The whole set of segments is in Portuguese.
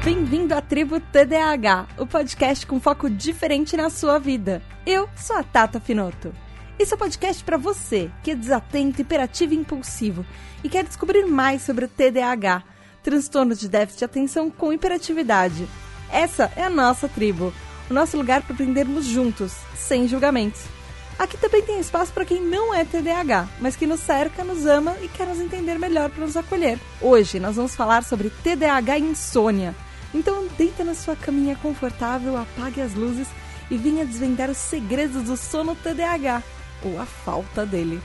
Bem-vindo à Tribo TDAH, o podcast com foco diferente na sua vida. Eu sou a Tata Finoto. Esse é o podcast para você, que é desatento, hiperativo e impulsivo, e quer descobrir mais sobre o TDAH, transtorno de déficit de atenção com hiperatividade. Essa é a nossa tribo, o nosso lugar para aprendermos juntos, sem julgamentos. Aqui também tem espaço para quem não é TDAH, mas que nos cerca, nos ama e quer nos entender melhor para nos acolher. Hoje nós vamos falar sobre TDAH e insônia. Então deita na sua caminha confortável, apague as luzes e venha desvendar os segredos do sono TDAH, ou a falta dele.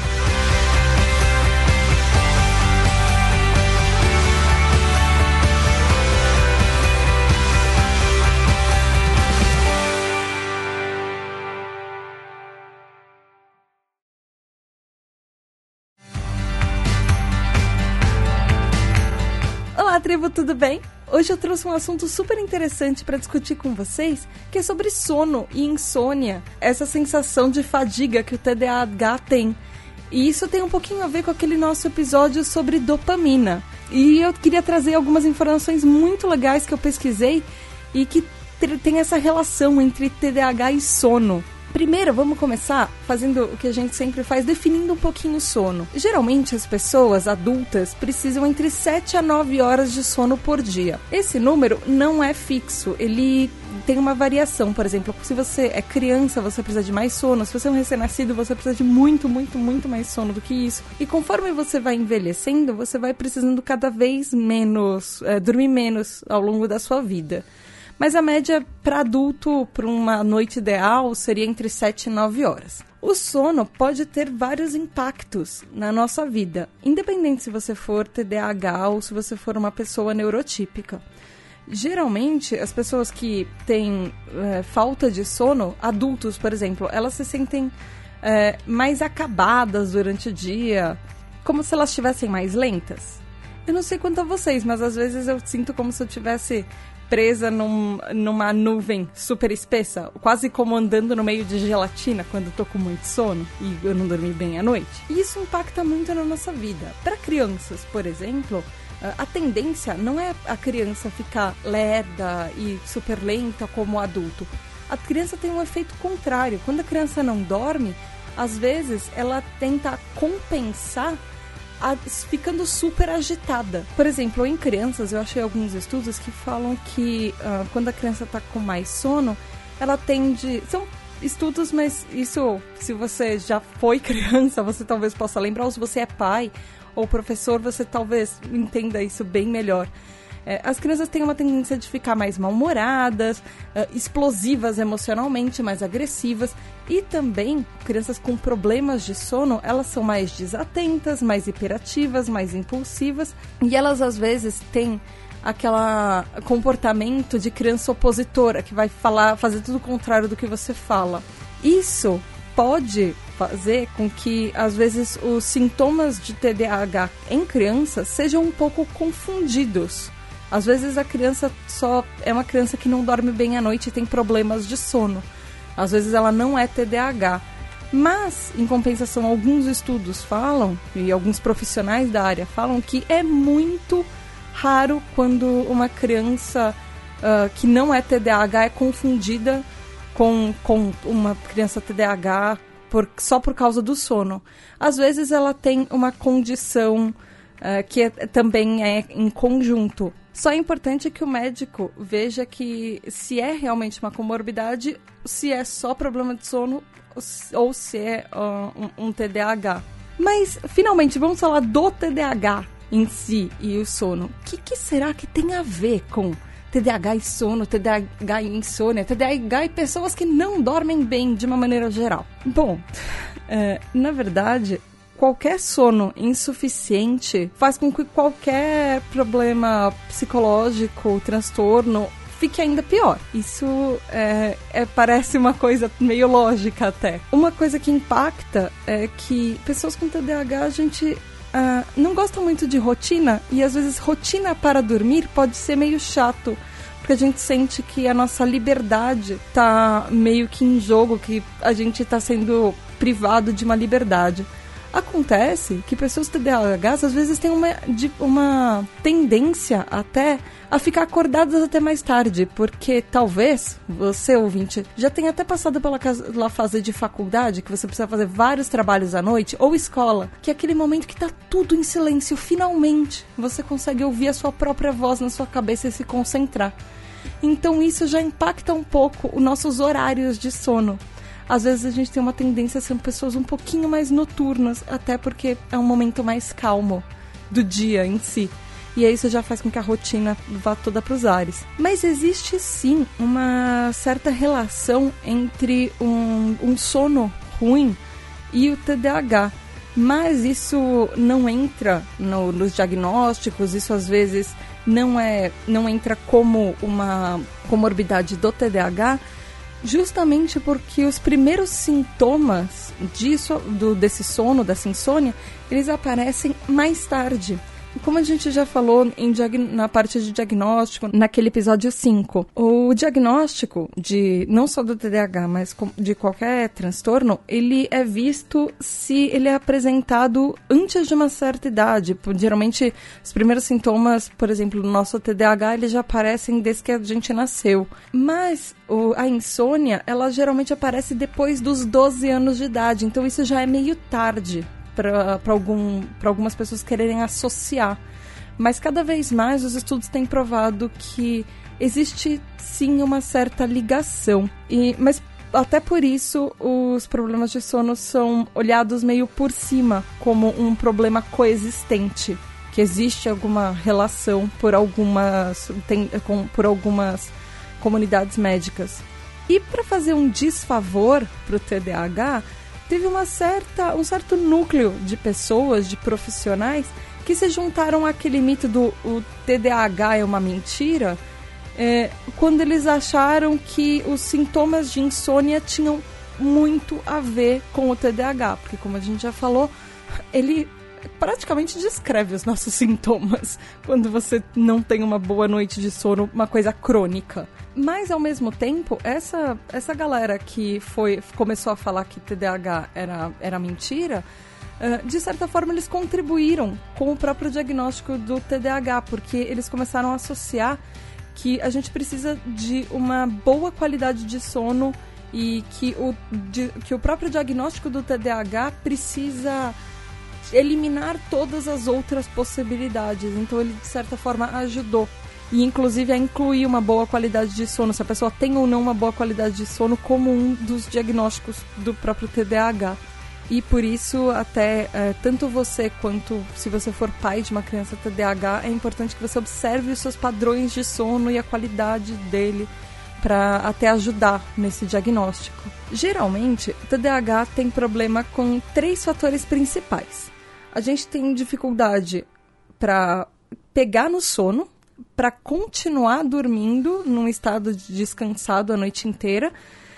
Olá, tribo, tudo bem? Hoje eu trouxe um assunto super interessante para discutir com vocês, que é sobre sono e insônia, essa sensação de fadiga que o TDAH tem. E isso tem um pouquinho a ver com aquele nosso episódio sobre dopamina. E eu queria trazer algumas informações muito legais que eu pesquisei e que tem essa relação entre TDAH e sono. Primeiro, vamos começar fazendo o que a gente sempre faz, definindo um pouquinho o sono. Geralmente, as pessoas adultas precisam entre 7 a 9 horas de sono por dia. Esse número não é fixo, ele tem uma variação. Por exemplo, se você é criança, você precisa de mais sono. Se você é um recém-nascido, você precisa de muito mais sono do que isso. E conforme você vai envelhecendo, você vai precisando cada vez menos, dormir menos ao longo da sua vida. Mas a média para adulto, para uma noite ideal, seria entre 7 e 9 horas. O sono pode ter vários impactos na nossa vida, independente se você for TDAH ou se você for uma pessoa neurotípica. Geralmente, as pessoas que têm falta de sono, adultos, por exemplo, elas se sentem mais acabadas durante o dia, como se elas estivessem mais lentas. Eu não sei quanto a vocês, mas às vezes eu sinto como se eu tivesse presa numa nuvem super espessa, quase como andando no meio de gelatina quando eu tô com muito sono e eu não dormi bem à noite. E isso impacta muito na nossa vida. Para crianças, por exemplo, a tendência não é a criança ficar lerda e super lenta como o adulto. A criança tem um efeito contrário. Quando a criança não dorme, às vezes ela tenta compensar ficando super agitada. Por exemplo, em crianças, eu achei alguns estudos que falam que quando a criança está com mais sono, ela tende... São estudos, mas isso, se você já foi criança, você talvez possa lembrar, ou se você é pai ou professor, você talvez entenda isso bem melhor. As crianças têm uma tendência de ficar mais mal-humoradas, explosivas emocionalmente, mais agressivas, e também crianças com problemas de sono, elas são mais desatentas, mais hiperativas, mais impulsivas, e elas às vezes têm aquele comportamento de criança opositora, que vai fazer tudo o contrário do que você fala. Isso pode fazer com que, às vezes, os sintomas de TDAH em crianças sejam um pouco confundidos. Às vezes a criança só é uma criança que não dorme bem à noite e tem problemas de sono. Às vezes ela não é TDAH. Mas, em compensação, alguns estudos falam, e alguns profissionais da área falam, que é muito raro quando uma criança que não é TDAH é confundida com uma criança TDAH só por causa do sono. Às vezes ela tem uma condição que também é em conjunto. Só é importante que o médico veja que se é realmente uma comorbidade, se é só problema de sono ou se é um TDAH. Mas, finalmente, vamos falar do TDAH em si e o sono. O que será que tem a ver com TDAH e sono, TDAH e insônia, TDAH e pessoas que não dormem bem de uma maneira geral? Bom, na verdade, qualquer sono insuficiente faz com que qualquer problema psicológico, transtorno, fique ainda pior. Isso parece uma coisa meio lógica até. Uma coisa que impacta é que pessoas com TDAH, a gente não gosta muito de rotina, e às vezes rotina para dormir pode ser meio chato, porque a gente sente que a nossa liberdade tá meio que em jogo, que a gente tá sendo privado de uma liberdade. Acontece que pessoas TDAHs às vezes têm uma tendência até a ficar acordadas até mais tarde, porque talvez você, ouvinte, já tenha até passado pela fase de faculdade, que você precisa fazer vários trabalhos à noite, ou escola, que é aquele momento que tá tudo em silêncio, finalmente você consegue ouvir a sua própria voz na sua cabeça e se concentrar. Então isso já impacta um pouco os nossos horários de sono. Às vezes a gente tem uma tendência a ser pessoas um pouquinho mais noturnas, até porque é um momento mais calmo do dia em si. E aí isso já faz com que a rotina vá toda para os ares. Mas existe sim uma certa relação entre um sono ruim e o TDAH. Mas isso não entra nos diagnósticos, isso às vezes não entra como uma comorbidade do TDAH, justamente porque os primeiros sintomas desse sono, dessa insônia, eles aparecem mais tarde. Como a gente já falou na parte de diagnóstico, naquele episódio 5, o diagnóstico não só do TDAH, mas de qualquer transtorno, ele é visto se ele é apresentado antes de uma certa idade. Geralmente, os primeiros sintomas, por exemplo, do nosso TDAH, eles já aparecem desde que a gente nasceu. Mas a insônia, ela geralmente aparece depois dos 12 anos de idade, então isso já é meio tarde para algumas pessoas quererem associar. Mas cada vez mais os estudos têm provado que existe sim uma certa ligação. Mas até por isso os problemas de sono são olhados meio por cima, como um problema coexistente, que existe alguma relação por algumas comunidades médicas. E para fazer um desfavor para o TDAH, teve um certo núcleo de pessoas, de profissionais, que se juntaram àquele mito do o TDAH é uma mentira, quando eles acharam que os sintomas de insônia tinham muito a ver com o TDAH, porque como a gente já falou, ele praticamente descreve os nossos sintomas quando você não tem uma boa noite de sono, uma coisa crônica. Mas, ao mesmo tempo, essa galera que começou a falar que TDAH era mentira, de certa forma eles contribuíram com o próprio diagnóstico do TDAH, porque eles começaram a associar que a gente precisa de uma boa qualidade de sono e que o próprio diagnóstico do TDAH precisa eliminar todas as outras possibilidades. Então ele, de certa forma, ajudou. E, inclusive, a incluir uma boa qualidade de sono, se a pessoa tem ou não uma boa qualidade de sono, como um dos diagnósticos do próprio TDAH. E, por isso, até tanto você quanto se você for pai de uma criança TDAH, é importante que você observe os seus padrões de sono e a qualidade dele para até ajudar nesse diagnóstico. Geralmente, o TDAH tem problema com 3 fatores principais. A gente tem dificuldade para pegar no sono, para continuar dormindo num estado de descansado a noite inteira,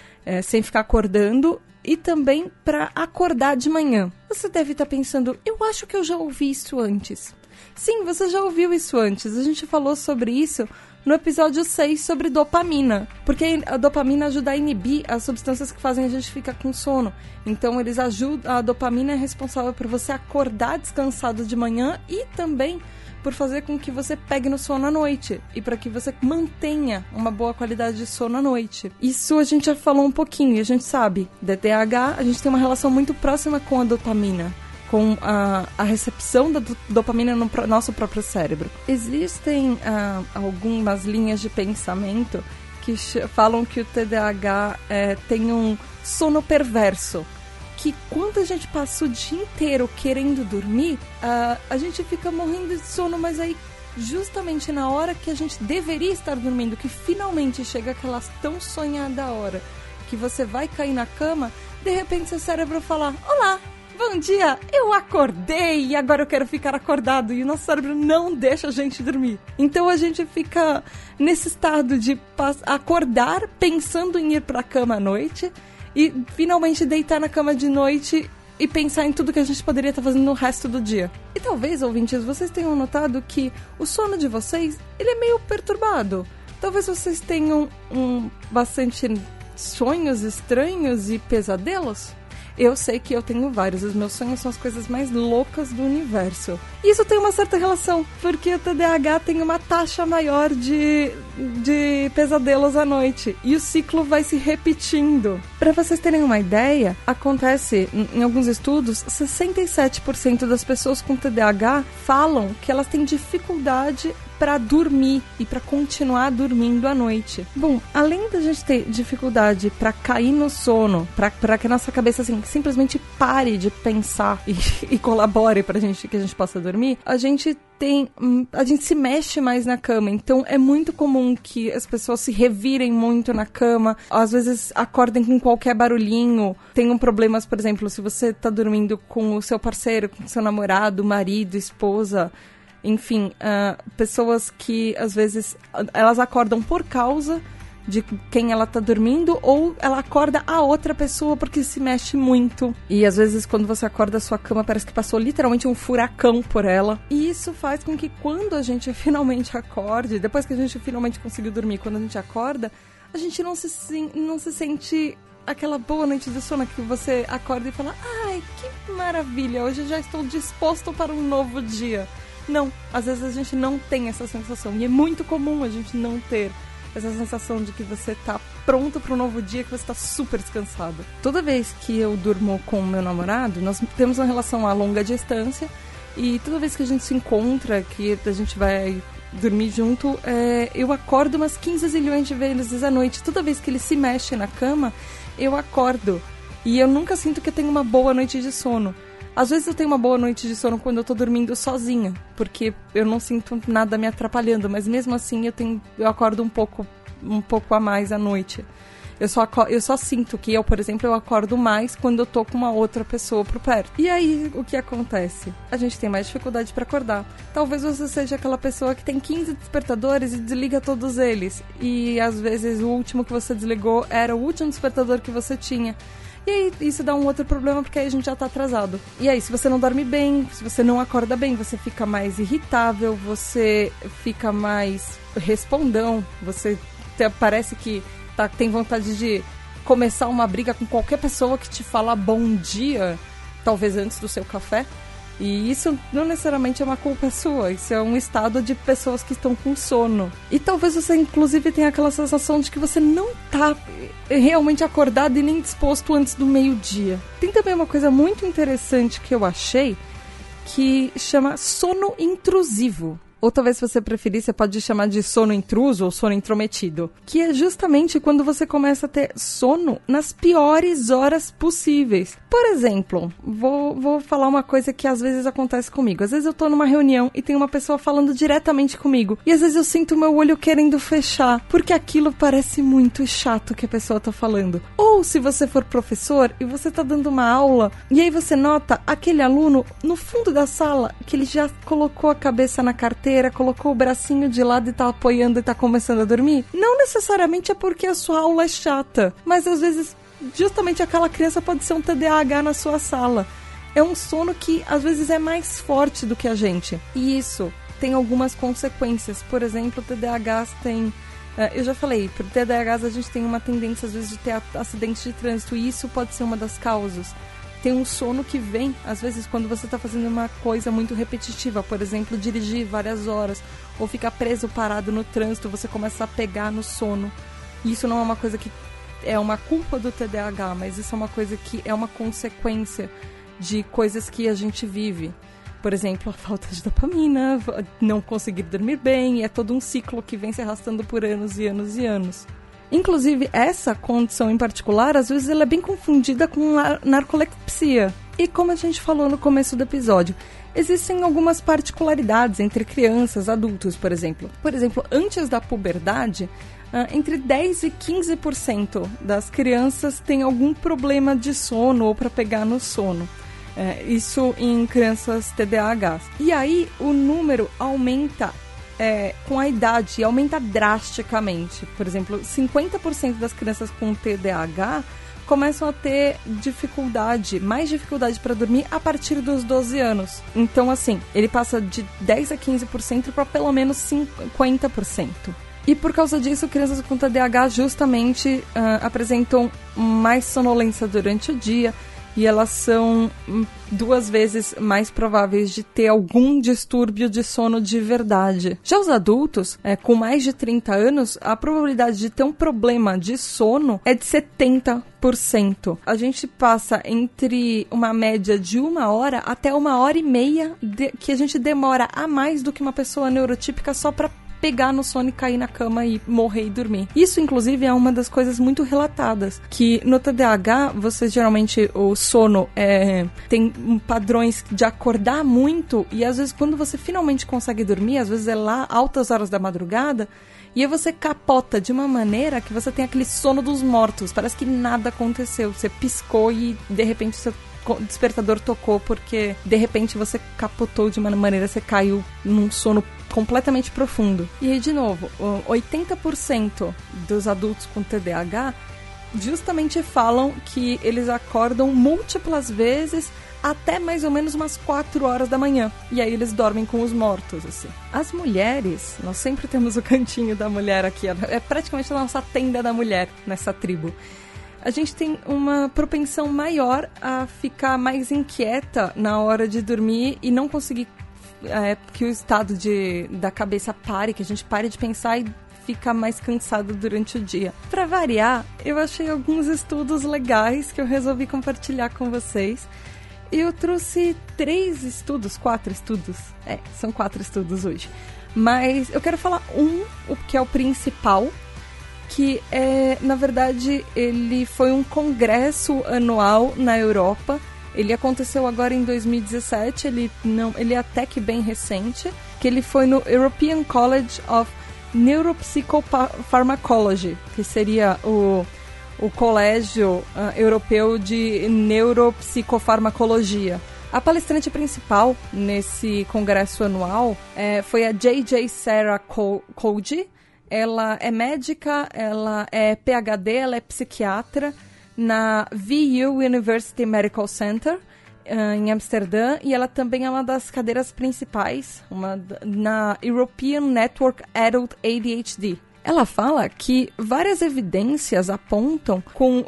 sem ficar acordando, e também para acordar de manhã. Você deve estar pensando, eu acho que eu já ouvi isso antes. Sim, você já ouviu isso antes. A gente falou sobre isso no episódio 6 sobre dopamina, porque a dopamina ajuda a inibir as substâncias que fazem a gente ficar com sono. Então a dopamina é responsável por você acordar descansado de manhã e também por fazer com que você pegue no sono à noite e para que você mantenha uma boa qualidade de sono à noite. Isso a gente já falou um pouquinho e a gente sabe, TDAH, a gente tem uma relação muito próxima com a dopamina, com a recepção da dopamina no nosso próprio cérebro. Existem algumas linhas de pensamento que falam que o TDAH tem um sono perverso, que quando a gente passa o dia inteiro querendo dormir, a gente fica morrendo de sono, mas aí justamente na hora que a gente deveria estar dormindo, que finalmente chega aquela tão sonhada hora que você vai cair na cama, de repente seu cérebro fala, olá, bom dia, eu acordei e agora eu quero ficar acordado, e o nosso cérebro não deixa a gente dormir. Então a gente fica nesse estado de acordar pensando em ir pra cama à noite e finalmente deitar na cama de noite e pensar em tudo que a gente poderia estar fazendo no resto do dia. E talvez, ouvintes, vocês tenham notado que o sono de vocês, ele é meio perturbado. Talvez vocês tenham bastante sonhos estranhos e pesadelos. Eu sei que eu tenho vários. Os meus sonhos são as coisas mais loucas do universo. Isso tem uma certa relação, porque o TDAH tem uma taxa maior de pesadelos à noite. E o ciclo vai se repetindo. Para vocês terem uma ideia, acontece, em alguns estudos, 67% das pessoas com TDAH falam que elas têm dificuldade para dormir e para continuar dormindo à noite. Bom, além da gente ter dificuldade para cair no sono, para que a nossa cabeça assim, simplesmente pare de pensar e colabore para que a gente possa dormir, a gente se mexe mais na cama. Então é muito comum que as pessoas se revirem muito na cama, às vezes acordem com qualquer barulhinho, tenham problemas, por exemplo, se você tá dormindo com o seu parceiro, com o seu namorado, marido, esposa. Enfim, pessoas que às vezes elas acordam por causa de quem ela tá dormindo, ou ela acorda a outra pessoa porque se mexe muito. E às vezes quando você acorda a sua cama parece que passou literalmente um furacão por ela. E isso faz com que quando a gente finalmente acorde, depois que a gente finalmente conseguiu dormir, quando a gente acorda, a gente não se sente aquela boa noite de sono que você acorda e fala: ai, que maravilha, hoje eu já estou disposto para um novo dia. Não, às vezes a gente não tem essa sensação. E é muito comum a gente não ter essa sensação de que você tá pronto para um novo dia, que você tá super descansado. Toda vez que eu durmo com o meu namorado, nós temos uma relação a longa distância. E toda vez que a gente se encontra, que a gente vai dormir junto, eu acordo umas 15 zilhões de vezes à noite. Toda vez que ele se mexe na cama, eu acordo. E eu nunca sinto que eu tenho uma boa noite de sono. Às vezes eu tenho uma boa noite de sono quando eu tô dormindo sozinha, porque eu não sinto nada me atrapalhando, mas mesmo assim eu acordo um pouco a mais à noite. Eu só sinto que eu, por exemplo, eu acordo mais quando eu tô com uma outra pessoa por perto. E aí, o que acontece? A gente tem mais dificuldade pra acordar. Talvez você seja aquela pessoa que tem 15 despertadores e desliga todos eles. E às vezes o último que você desligou era o último despertador que você tinha. E aí isso dá um outro problema, porque aí a gente já tá atrasado. E aí, se você não dorme bem, se você não acorda bem, você fica mais irritável, você fica mais respondão, você parece que tem vontade de começar uma briga com qualquer pessoa que te fala bom dia, talvez antes do seu café. E isso não necessariamente é uma culpa sua, isso é um estado de pessoas que estão com sono. E talvez você inclusive tenha aquela sensação de que você não tá realmente acordado e nem disposto antes do meio-dia. Tem também uma coisa muito interessante que eu achei, que chama sono intrusivo. Ou talvez, se você preferir, você pode chamar de sono intruso ou sono intrometido. Que é justamente quando você começa a ter sono nas piores horas possíveis. Por exemplo, vou falar uma coisa que às vezes acontece comigo. Às vezes eu tô numa reunião e tem uma pessoa falando diretamente comigo. E às vezes eu sinto o meu olho querendo fechar, porque aquilo parece muito chato que a pessoa tá falando. Ou se você for professor e você tá dando uma aula, e aí você nota aquele aluno no fundo da sala, que ele já colocou a cabeça na carteira, colocou o bracinho de lado e tá apoiando e tá começando a dormir, não necessariamente é porque a sua aula é chata, mas às vezes justamente aquela criança pode ser um TDAH na sua sala. É um sono que às vezes é mais forte do que a gente, e isso tem algumas consequências. Por exemplo, o TDAH tem... eu já falei, por TDAHs a gente tem uma tendência às vezes de ter acidentes de trânsito, e isso pode ser uma das causas. Tem um sono que vem, às vezes, quando você está fazendo uma coisa muito repetitiva. Por exemplo, dirigir várias horas, ou ficar preso, parado no trânsito, você começa a pegar no sono. E isso não é uma coisa que é uma culpa do TDAH, mas isso é uma coisa que é uma consequência de coisas que a gente vive. Por exemplo, a falta de dopamina, não conseguir dormir bem, é todo um ciclo que vem se arrastando por anos e anos e anos. Inclusive, essa condição em particular, às vezes ela é bem confundida com narcolepsia. E como a gente falou no começo do episódio, existem algumas particularidades entre crianças, adultos, por exemplo. Por exemplo, antes da puberdade, entre 10% e 15% das crianças têm algum problema de sono ou para pegar no sono. Isso em crianças TDAHs. E aí o número aumenta com a idade, aumenta drasticamente. Por exemplo, 50% das crianças com TDAH começam a ter mais dificuldade para dormir a partir dos 12 anos. Então, assim, ele passa de 10% a 15% para pelo menos 50%. E por causa disso, crianças com TDAH justamente apresentam mais sonolência durante o dia e elas são 2 vezes mais prováveis de ter algum distúrbio de sono de verdade. Já os adultos, com mais de 30 anos, a probabilidade de ter um problema de sono é de 70%. A gente passa entre uma média de 1 hora até 1h30 que a gente demora a mais do que uma pessoa neurotípica só para pegar no sono e cair na cama e morrer e dormir. Isso, inclusive, é uma das coisas muito relatadas, que no TDAH, você geralmente, o sono tem padrões de acordar muito, e às vezes quando você finalmente consegue dormir, às vezes é lá altas horas da madrugada, e aí você capota de uma maneira que você tem aquele sono dos mortos, parece que nada aconteceu, você piscou e de repente seu despertador tocou porque de repente você capotou de uma maneira, você caiu num sono completamente profundo. E aí, de novo, 80% dos adultos com TDAH justamente falam que eles acordam múltiplas vezes até mais ou menos umas 4 horas da manhã. E aí eles dormem com os mortos, assim. As mulheres, nós sempre temos o cantinho da mulher aqui, é praticamente a nossa tenda da mulher nessa tribo. A gente tem uma propensão maior a ficar mais inquieta na hora de dormir e não conseguir que o estado da cabeça pare, que a gente pare de pensar e fica mais cansado durante o dia. Para variar, eu achei alguns estudos legais que eu resolvi compartilhar com vocês. Eu trouxe 4 estudos. São 4 estudos hoje. Mas eu quero falar o que é o principal, que na verdade, ele foi um congresso anual na Europa. Ele aconteceu agora em 2017, ele é até que bem recente, que ele foi no European College of Neuropsychopharmacology, que seria o Colégio Europeu de Neuropsicofarmacologia. A palestrante principal nesse congresso anual foi a J.J. Sarah Cody. Ela é médica, ela é PhD, ela é psiquiatra na VU University Medical Center, em Amsterdã, e ela também é uma das cadeiras principais na European Network Adult ADHD. Ela fala que várias evidências apontam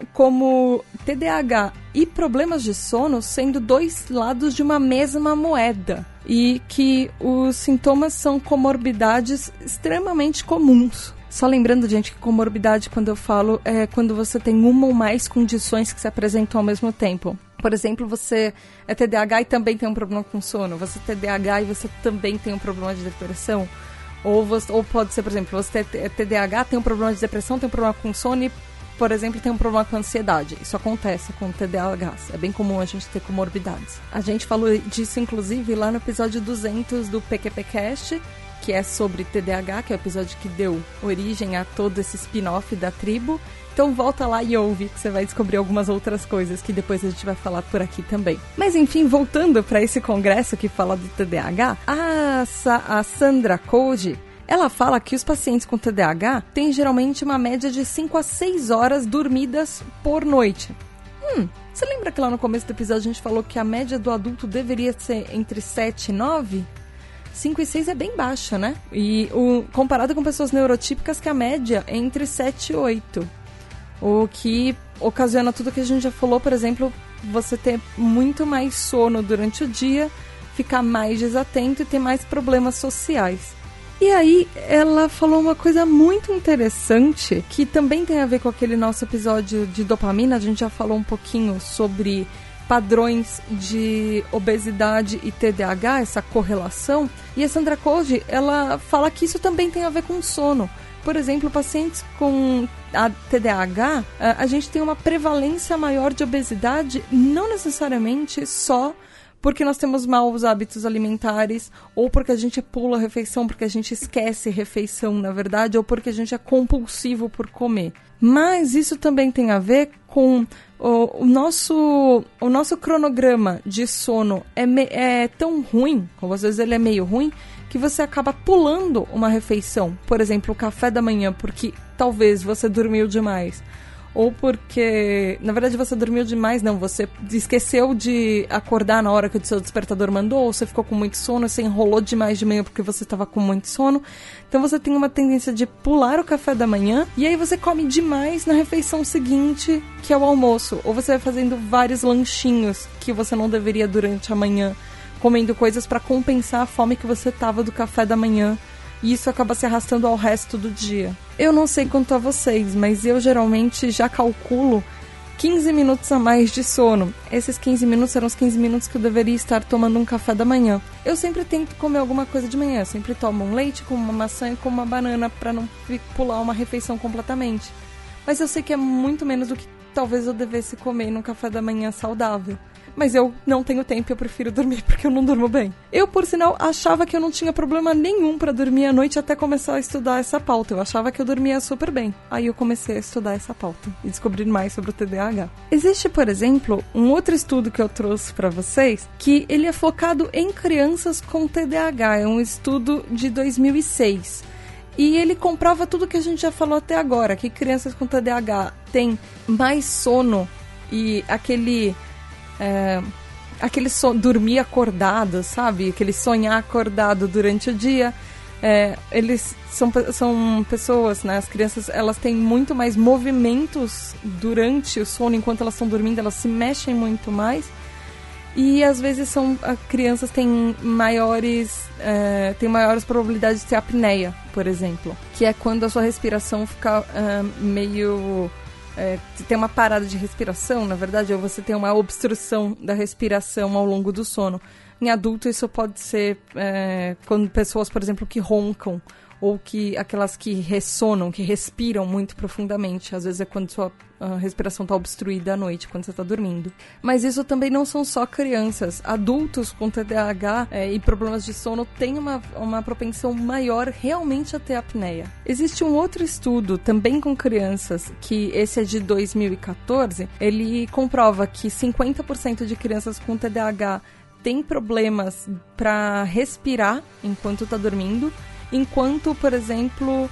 como TDAH e problemas de sono sendo 2 lados de uma mesma moeda, e que os sintomas são comorbidades extremamente comuns. Só lembrando, gente, que comorbidade, quando eu falo, é quando você tem uma ou mais condições que se apresentam ao mesmo tempo. Por exemplo, você é TDAH e também tem um problema com sono. Você é TDAH e você também tem um problema de depressão. Ou pode ser, por exemplo, você é TDAH, tem um problema de depressão, tem um problema com sono e, por exemplo, tem um problema com ansiedade. Isso acontece com TDAH. É bem comum a gente ter comorbidades. A gente falou disso, inclusive, lá no episódio 200 do PQPcast, que é sobre TDAH, que é o episódio que deu origem a todo esse spin-off da tribo. Então volta lá e ouve, que você vai descobrir algumas outras coisas que depois a gente vai falar por aqui também. Mas enfim, voltando para esse congresso que fala do TDAH, a Sandra Cody, ela fala que os pacientes com TDAH têm geralmente uma média de 5 a 6 horas dormidas por noite. Você lembra que lá no começo do episódio a gente falou que a média do adulto deveria ser entre 7 e 9? 5 e 6 é bem baixa, né? E comparado com pessoas neurotípicas, que a média é entre 7 e 8. O que ocasiona tudo que a gente já falou, por exemplo, você ter muito mais sono durante o dia, ficar mais desatento e ter mais problemas sociais. E aí, ela falou uma coisa muito interessante, que também tem a ver com aquele nosso episódio de dopamina. A gente já falou um pouquinho sobre padrões de obesidade e TDAH, essa correlação. E a Sandra Cody, ela fala que isso também tem a ver com sono. Por exemplo, pacientes com a TDAH, a gente tem uma prevalência maior de obesidade, não necessariamente só porque nós temos maus hábitos alimentares, ou porque a gente pula a refeição, porque a gente esquece refeição, na verdade, ou porque a gente é compulsivo por comer. Mas isso também tem a ver com o nosso cronograma de sono é tão ruim, ou às vezes ele é meio ruim, que você acaba pulando uma refeição. Por exemplo, o café da manhã, porque talvez você dormiu demais. ou porque, na verdade, você dormiu demais, não, você esqueceu de acordar na hora que o seu despertador mandou, ou você ficou com muito sono, você enrolou demais de manhã porque você estava com muito sono. Então você tem uma tendência de pular o café da manhã, e aí você come demais na refeição seguinte, que é o almoço. Ou você vai fazendo vários lanchinhos que você não deveria durante a manhã, comendo coisas para compensar a fome que você tava do café da manhã. E isso acaba se arrastando ao resto do dia. Eu não sei quanto a vocês, mas eu geralmente já calculo 15 minutos a mais de sono. Esses 15 minutos eram os 15 minutos que eu deveria estar tomando um café da manhã. Eu sempre tento comer alguma coisa de manhã. Eu sempre tomo um leite com uma maçã e com uma banana para não pular uma refeição completamente. Mas eu sei que é muito menos do que talvez eu devesse comer num café da manhã saudável. Mas eu não tenho tempo e eu prefiro dormir porque eu não durmo bem. Eu, por sinal, achava que eu não tinha problema nenhum pra dormir à noite até começar a estudar essa pauta. Eu achava que eu dormia super bem. Aí eu comecei a estudar essa pauta e descobrir mais sobre o TDAH. Existe, por exemplo, um outro estudo que eu trouxe pra vocês, que ele é focado em crianças com TDAH. É um estudo de 2006. E ele comprova tudo que a gente já falou até agora, que crianças com TDAH têm mais sono e aquele dormir acordado, sabe? Aquele sonhar acordado durante o dia. Eles são pessoas, né? As crianças, elas têm muito mais movimentos durante o sono, enquanto elas estão dormindo, elas se mexem muito mais. E às vezes crianças têm maiores probabilidades de ter apneia, por exemplo. Que é quando a sua respiração fica meio... tem uma parada de respiração, na verdade, ou você tem uma obstrução da respiração ao longo do sono. Em adulto, isso pode ser quando pessoas, por exemplo, que roncam, ou aquelas que ressonam, que respiram muito profundamente. Às vezes é quando sua respiração está obstruída à noite, quando você está dormindo. Mas isso também não são só crianças. Adultos com TDAH e problemas de sono têm uma propensão maior realmente a ter apneia. Existe um outro estudo, também com crianças, que esse é de 2014. Ele comprova que 50% de crianças com TDAH têm problemas para respirar enquanto está dormindo, enquanto, por exemplo,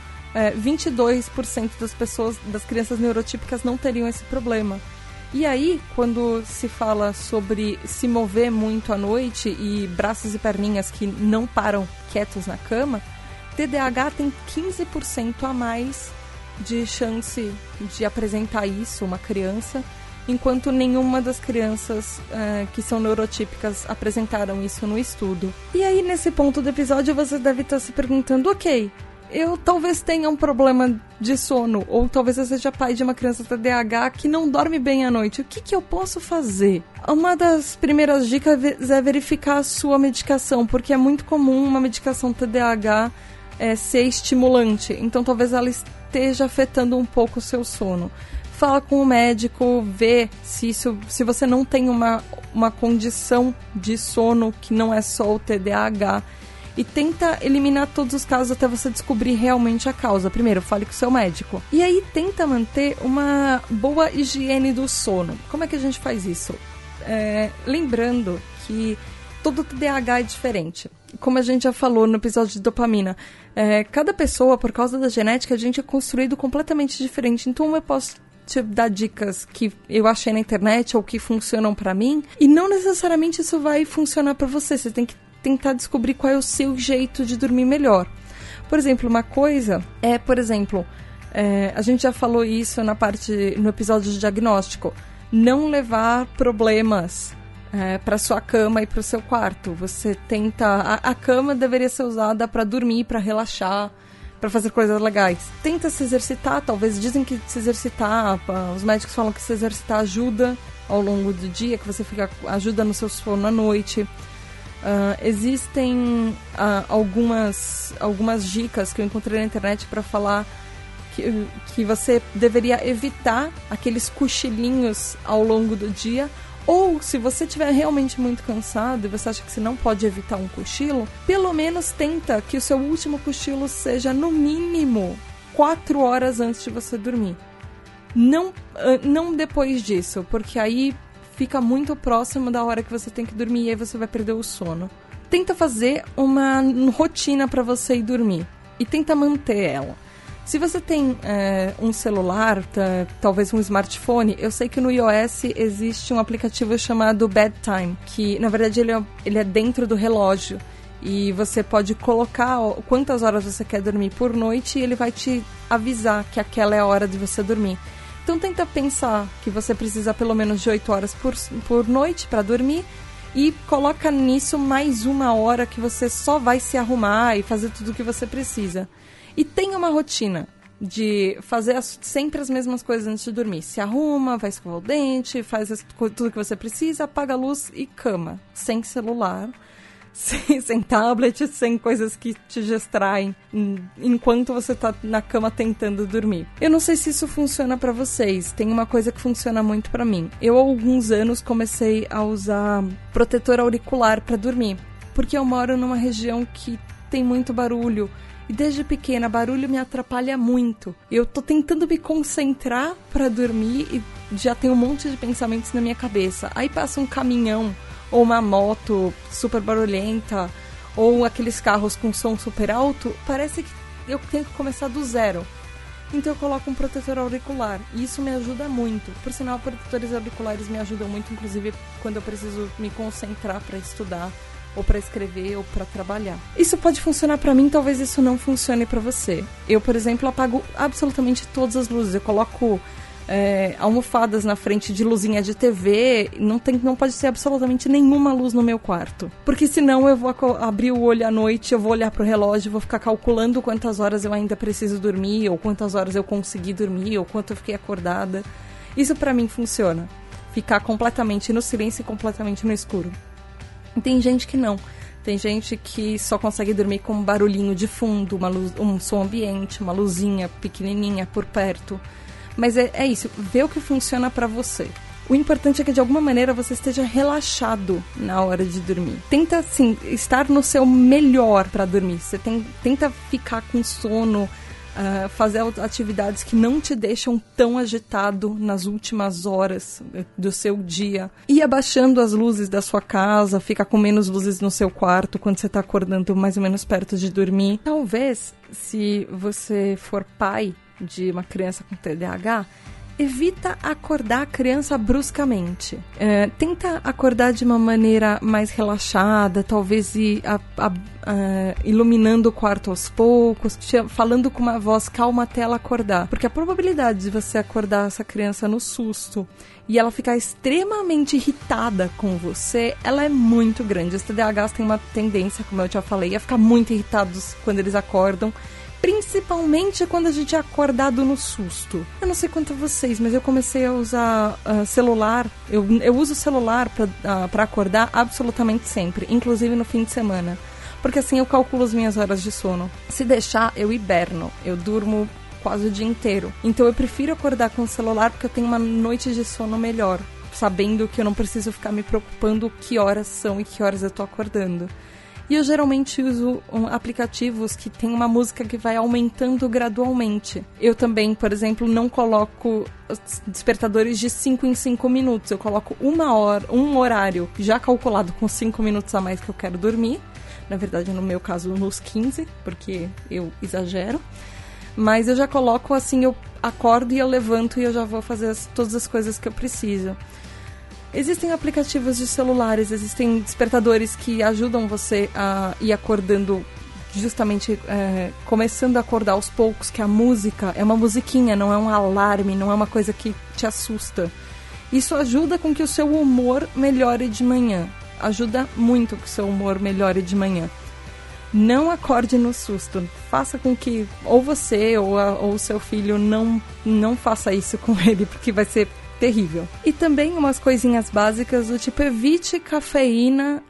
22% das crianças neurotípicas não teriam esse problema. E aí, quando se fala sobre se mover muito à noite e braços e perninhas que não param quietos na cama, TDAH tem 15% a mais de chance de apresentar isso, uma criança, enquanto nenhuma das crianças que são neurotípicas apresentaram isso no estudo. E aí, nesse ponto do episódio, você deve estar se perguntando, ok, eu talvez tenha um problema de sono, ou talvez eu seja pai de uma criança TDAH que não dorme bem à noite. O que eu posso fazer? Uma das primeiras dicas é verificar a sua medicação, porque é muito comum uma medicação TDAH ser estimulante, então talvez ela esteja afetando um pouco o seu sono. Fala com o médico, vê se você não tem uma condição de sono que não é só o TDAH, e tenta eliminar todos os casos até você descobrir realmente a causa. Primeiro, fale com o seu médico. E aí, tenta manter uma boa higiene do sono. Como é que a gente faz isso? Lembrando que todo TDAH é diferente. Como a gente já falou no episódio de dopamina, cada pessoa, por causa da genética, a gente é construído completamente diferente. Então, eu posso te dar dicas que eu achei na internet ou que funcionam pra mim, e não necessariamente isso vai funcionar pra você. Você tem que tentar descobrir qual é o seu jeito de dormir melhor. Por exemplo, uma coisa a gente já falou isso no episódio de diagnóstico, não levar problemas para sua cama e para o seu quarto. Você tenta... A cama deveria ser usada para dormir, para relaxar, para fazer coisas legais. Tenta se exercitar, talvez dizem que se exercitar, os médicos falam que se exercitar ajuda ao longo do dia, que você ajuda no seu sono à noite. Existem algumas dicas que eu encontrei na internet para falar que você deveria evitar aqueles cochilinhos ao longo do dia, ou se você estiver realmente muito cansado e você acha que você não pode evitar um cochilo, pelo menos tenta que o seu último cochilo seja no mínimo 4 horas antes de você dormir. Não depois disso, porque aí fica muito próximo da hora que você tem que dormir e aí você vai perder o sono. Tenta fazer uma rotina para você ir dormir e tenta manter ela. Se você tem um celular, talvez um smartphone, eu sei que no iOS existe um aplicativo chamado Bedtime, que na verdade ele é dentro do relógio. E você pode colocar quantas horas você quer dormir por noite e ele vai te avisar que aquela é a hora de você dormir. Então tenta pensar que você precisa pelo menos de 8 horas por noite para dormir e coloca nisso mais 1 hora que você só vai se arrumar e fazer tudo o que você precisa. E tenha uma rotina de fazer sempre as mesmas coisas antes de dormir. Se arruma, vai escovar o dente, faz tudo que você precisa, apaga a luz e cama. Sem celular, sem tablet, sem coisas que te distraem enquanto você tá na cama tentando dormir. Eu não sei se isso funciona pra vocês. Tem uma coisa que funciona muito pra mim. Eu há alguns anos comecei a usar protetor auricular pra dormir, porque eu moro numa região que tem muito barulho. E desde pequena, barulho me atrapalha muito. Eu tô tentando me concentrar pra dormir e já tem um monte de pensamentos na minha cabeça. Aí passa um caminhão ou uma moto super barulhenta, ou aqueles carros com som super alto, parece que eu tenho que começar do zero. Então eu coloco um protetor auricular, e isso me ajuda muito. Por sinal, protetores auriculares me ajudam muito, inclusive quando eu preciso me concentrar para estudar, ou para escrever, ou para trabalhar. Isso pode funcionar para mim, talvez isso não funcione para você. Eu, por exemplo, apago absolutamente todas as luzes. Eu coloco almofadas na frente de luzinha de TV, não pode ter absolutamente nenhuma luz no meu quarto. Porque senão eu vou abrir o olho à noite, eu vou olhar pro relógio, vou ficar calculando quantas horas eu ainda preciso dormir, ou quantas horas eu consegui dormir, ou quanto eu fiquei acordada. Isso pra mim funciona. Ficar completamente no silêncio e completamente no escuro. E tem gente que não. Tem gente que só consegue dormir com um barulhinho de fundo, um som ambiente, uma luzinha pequenininha por perto. Mas é isso, vê o que funciona pra você. O importante é que de alguma maneira você esteja relaxado na hora de dormir. Tenta, assim, estar no seu melhor pra dormir. Você tenta ficar com sono, fazer atividades que não te deixam tão agitado nas últimas horas do seu dia. Ir abaixando as luzes da sua casa, ficar com menos luzes no seu quarto quando você tá acordando mais ou menos perto de dormir. Talvez, se você for pai de uma criança com TDAH, evita acordar a criança bruscamente. Tenta acordar de uma maneira mais relaxada, talvez ir iluminando o quarto aos poucos, falando com uma voz calma até ela acordar. Porque a probabilidade de você acordar essa criança no susto e ela ficar extremamente irritada com você, ela é muito grande. Os TDAHs têm uma tendência, como eu já falei, a ficar muito irritados quando eles acordam, principalmente quando a gente é acordado no susto. Eu não sei quanto a vocês, mas eu comecei a usar celular. Eu uso o celular pra acordar absolutamente sempre, inclusive no fim de semana. Porque assim eu calculo as minhas horas de sono. Se deixar, eu hiberno. Eu durmo quase o dia inteiro. Então eu prefiro acordar com o celular porque eu tenho uma noite de sono melhor, sabendo que eu não preciso ficar me preocupando que horas são e que horas eu tô acordando. E eu geralmente uso aplicativos que tem uma música que vai aumentando gradualmente. Eu também, por exemplo, não coloco despertadores de 5 em 5 minutos. Eu coloco um horário já calculado com 5 minutos a mais que eu quero dormir. Na verdade, no meu caso, nos 15, porque eu exagero. Mas eu já coloco assim, eu acordo e eu levanto e eu já vou fazer todas as coisas que eu preciso. Existem aplicativos de celulares, existem despertadores que ajudam você a ir acordando, justamente começando a acordar aos poucos, que a música é uma musiquinha, não é um alarme, não é uma coisa que te assusta. Isso ajuda com que o seu humor melhore de manhã. Ajuda muito que o seu humor melhore de manhã. Não acorde no susto. Faça com que ou você ou o seu filho não faça isso com ele, porque vai ser terrível. E também umas coisinhas básicas do tipo, evite cafeína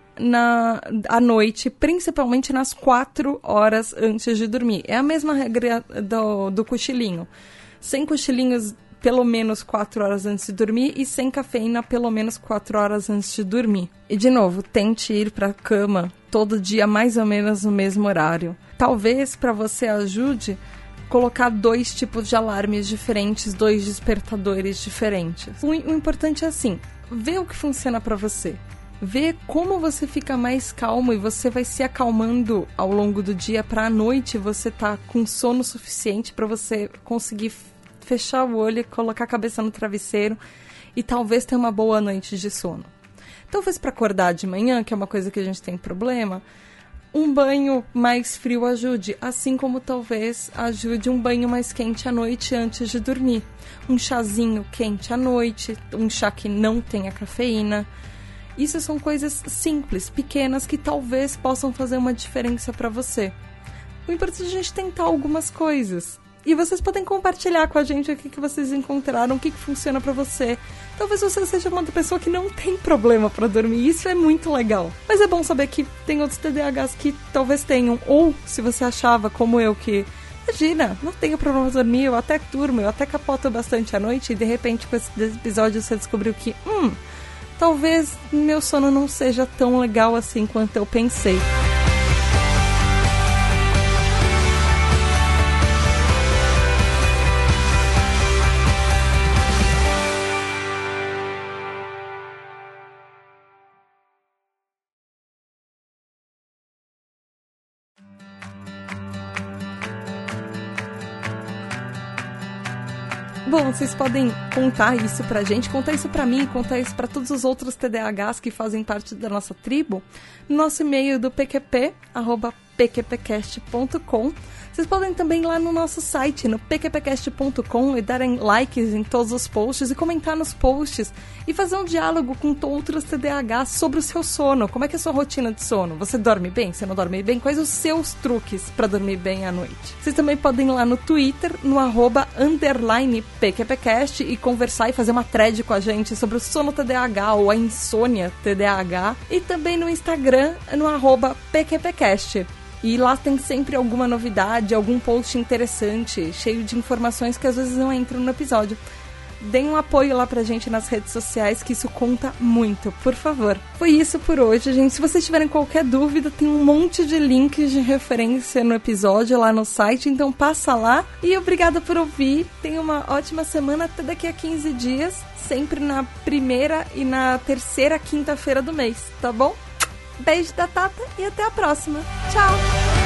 à noite, principalmente nas 4 horas antes de dormir. É a mesma regra do cochilinho. Sem cochilinhos pelo menos 4 horas antes de dormir e sem cafeína pelo menos 4 horas antes de dormir. E de novo, tente ir para a cama todo dia mais ou menos no mesmo horário. Talvez para você ajude colocar 2 tipos de alarmes diferentes, 2 despertadores diferentes. O importante é assim, vê o que funciona para você. Vê como você fica mais calmo e você vai se acalmando ao longo do dia para à noite você tá com sono suficiente para você conseguir fechar o olho, colocar a cabeça no travesseiro e talvez ter uma boa noite de sono. Talvez para acordar de manhã, que é uma coisa que a gente tem problema, um banho mais frio ajude, assim como talvez ajude um banho mais quente à noite antes de dormir. Um chazinho quente à noite, um chá que não tenha cafeína. Isso são coisas simples, pequenas, que talvez possam fazer uma diferença para você. O importante é a gente tentar algumas coisas. E vocês podem compartilhar com a gente o que vocês encontraram, o que funciona pra você. Talvez você seja uma pessoa que não tem problema pra dormir, isso é muito legal. Mas é bom saber que tem outros TDAHs que talvez tenham, ou se você achava, como eu, que imagina, não tenho problema de dormir, eu até durmo, eu até capoto bastante à noite, e de repente com esse episódio você descobriu que, talvez meu sono não seja tão legal assim quanto eu pensei. Bom, vocês podem contar isso pra gente, contar isso pra mim, contar isso pra todos os outros TDAHs que fazem parte da nossa tribo, no nosso e-mail do pqp@pqpcast.com. Vocês podem também ir lá no nosso site, no pqpcast.com, e darem likes em todos os posts e comentar nos posts e fazer um diálogo com outros TDAHs sobre o seu sono. Como é que é a sua rotina de sono? Você dorme bem? Você não dorme bem? Quais os seus truques para dormir bem à noite? Vocês também podem ir lá no Twitter, no @_PQPcast e conversar e fazer uma thread com a gente sobre o sono TDAH ou a insônia TDAH. E também no Instagram, no @PQPcast. E lá tem sempre alguma novidade, algum post interessante, cheio de informações que às vezes não entram no episódio. Deem um apoio lá pra gente nas redes sociais, que isso conta muito, por favor. Foi isso por hoje, gente. Se vocês tiverem qualquer dúvida, tem um monte de links de referência no episódio lá no site, então passa lá. E obrigada por ouvir. Tenha uma ótima semana, até daqui a 15 dias, sempre na primeira e na terceira quinta-feira do mês, tá bom? Beijo da Tata e até a próxima. Tchau!